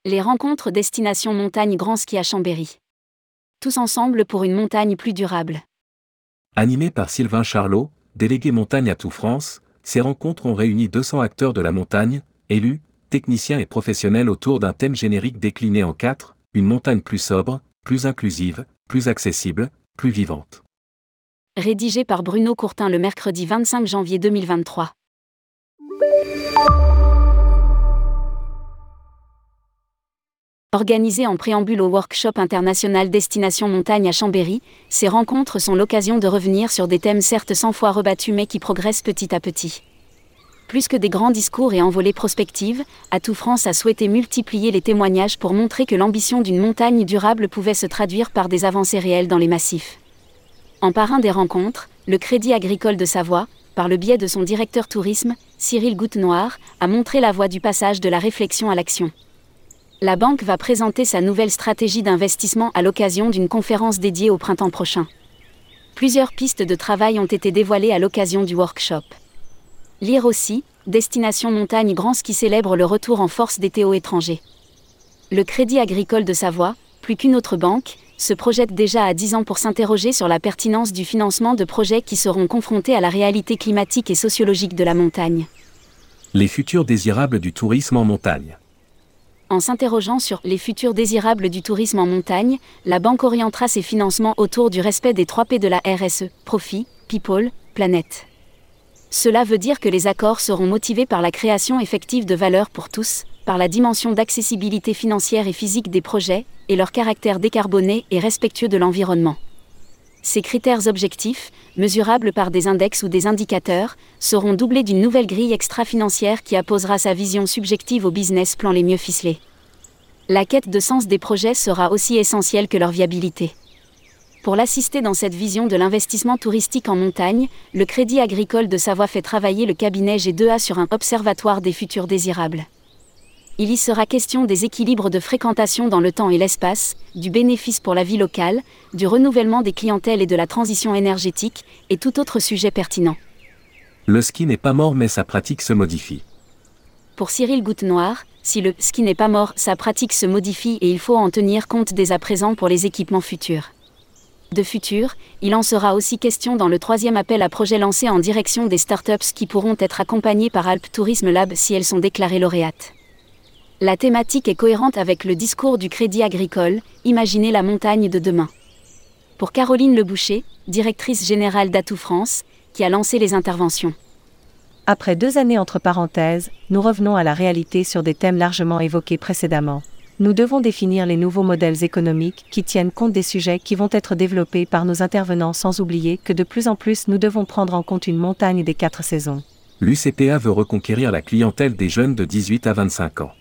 Les rencontres destination montagne grand ski à Chambéry. Tous ensemble pour une montagne plus durable. Animé par Sylvain Charlot, délégué montagne à Tout France, ces rencontres ont réuni 200 acteurs de la montagne, élus, techniciens et professionnels autour d'un thème générique décliné en 4, une montagne plus sobre, plus inclusive, plus accessible, plus vivante. Rédigé par Bruno Courtin le mercredi 25 janvier 2023. Organisées en préambule au workshop international Destination Montagne à Chambéry, ces rencontres sont l'occasion de revenir sur des thèmes certes 100 fois rebattus mais qui progressent petit à petit. Plus que des grands discours et envolées prospectives, Tout France a souhaité multiplier les témoignages pour montrer que l'ambition d'une montagne durable pouvait se traduire par des avancées réelles dans les massifs. En parrain des rencontres, le Crédit Agricole de Savoie, par le biais de son directeur tourisme, Cyril Goutte-Noir, a montré la voie du passage de la réflexion à l'action. La banque va présenter sa nouvelle stratégie d'investissement à l'occasion d'une conférence dédiée au printemps prochain. Plusieurs pistes de travail ont été dévoilées à l'occasion du workshop. Lire aussi, Destination Montagne grand ski célèbre le retour en force des TO étrangers. Le Crédit Agricole de Savoie, plus qu'une autre banque, se projette déjà à 10 ans pour s'interroger sur la pertinence du financement de projets qui seront confrontés à la réalité climatique et sociologique de la montagne. Les futurs désirables du tourisme en montagne. En s'interrogeant sur les futurs désirables du tourisme en montagne, la banque orientera ses financements autour du respect des 3 P de la RSE, Profit, People, Planète. Cela veut dire que les accords seront motivés par la création effective de valeur pour tous, par la dimension d'accessibilité financière et physique des projets, et leur caractère décarboné et respectueux de l'environnement. Ces critères objectifs, mesurables par des index ou des indicateurs, seront doublés d'une nouvelle grille extra-financière qui apposera sa vision subjective aux business plans les mieux ficelés. La quête de sens des projets sera aussi essentielle que leur viabilité. Pour l'assister dans cette vision de l'investissement touristique en montagne, le Crédit Agricole de Savoie fait travailler le cabinet G2A sur un observatoire des futurs désirables. Il y sera question des équilibres de fréquentation dans le temps et l'espace, du bénéfice pour la vie locale, du renouvellement des clientèles et de la transition énergétique, et tout autre sujet pertinent. Le ski n'est pas mort mais sa pratique se modifie. Pour Cyril Goutte-Noir, si le ski n'est pas mort, sa pratique se modifie et il faut en tenir compte dès à présent pour les équipements futurs. De futur, il en sera aussi question dans le 3e appel à projet lancé en direction des startups qui pourront être accompagnées par Alpes Tourisme Lab si elles sont déclarées lauréates. La thématique est cohérente avec le discours du Crédit Agricole, Imaginez la montagne de demain. Pour Caroline Leboucher, directrice générale d'Atout France, qui a lancé les interventions. Après 2 années entre parenthèses, nous revenons à la réalité sur des thèmes largement évoqués précédemment. Nous devons définir les nouveaux modèles économiques qui tiennent compte des sujets qui vont être développés par nos intervenants sans oublier que de plus en plus nous devons prendre en compte une montagne des 4 saisons. L'UCPA veut reconquérir la clientèle des jeunes de 18 à 25 ans.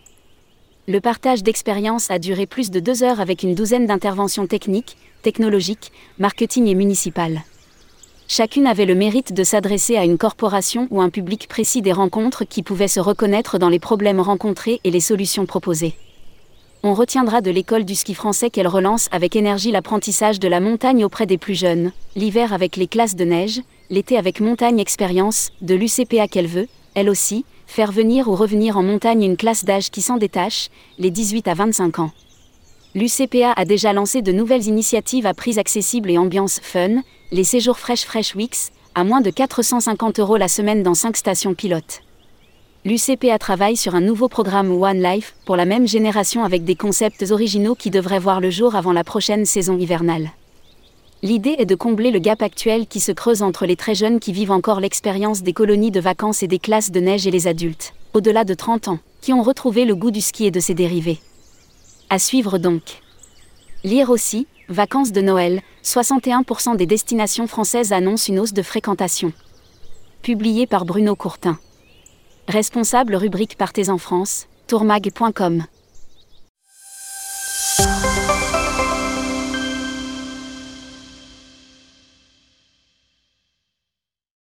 Le partage d'expériences a duré plus de 2 heures avec une douzaine d'interventions techniques, technologiques, marketing et municipales. Chacune avait le mérite de s'adresser à une corporation ou un public précis des rencontres qui pouvaient se reconnaître dans les problèmes rencontrés et les solutions proposées. On retiendra de l'école du ski français qu'elle relance avec énergie l'apprentissage de la montagne auprès des plus jeunes, l'hiver avec les classes de neige, l'été avec Montagne Expérience, de l'UCPA qu'elle veut, elle aussi, faire venir ou revenir en montagne une classe d'âge qui s'en détache, les 18 à 25 ans. L'UCPA a déjà lancé de nouvelles initiatives à prix accessible et ambiance fun, les séjours Fresh Weeks, à moins de 450 € la semaine dans 5 stations pilotes. L'UCPA travaille sur un nouveau programme One Life, pour la même génération avec des concepts originaux qui devraient voir le jour avant la prochaine saison hivernale. L'idée est de combler le gap actuel qui se creuse entre les très jeunes qui vivent encore l'expérience des colonies de vacances et des classes de neige et les adultes, au-delà de 30 ans, qui ont retrouvé le goût du ski et de ses dérivés. À suivre donc. Lire aussi, Vacances de Noël, 61% des destinations françaises annoncent une hausse de fréquentation. Publié par Bruno Courtin. Responsable rubrique Partez en France, tourmag.com.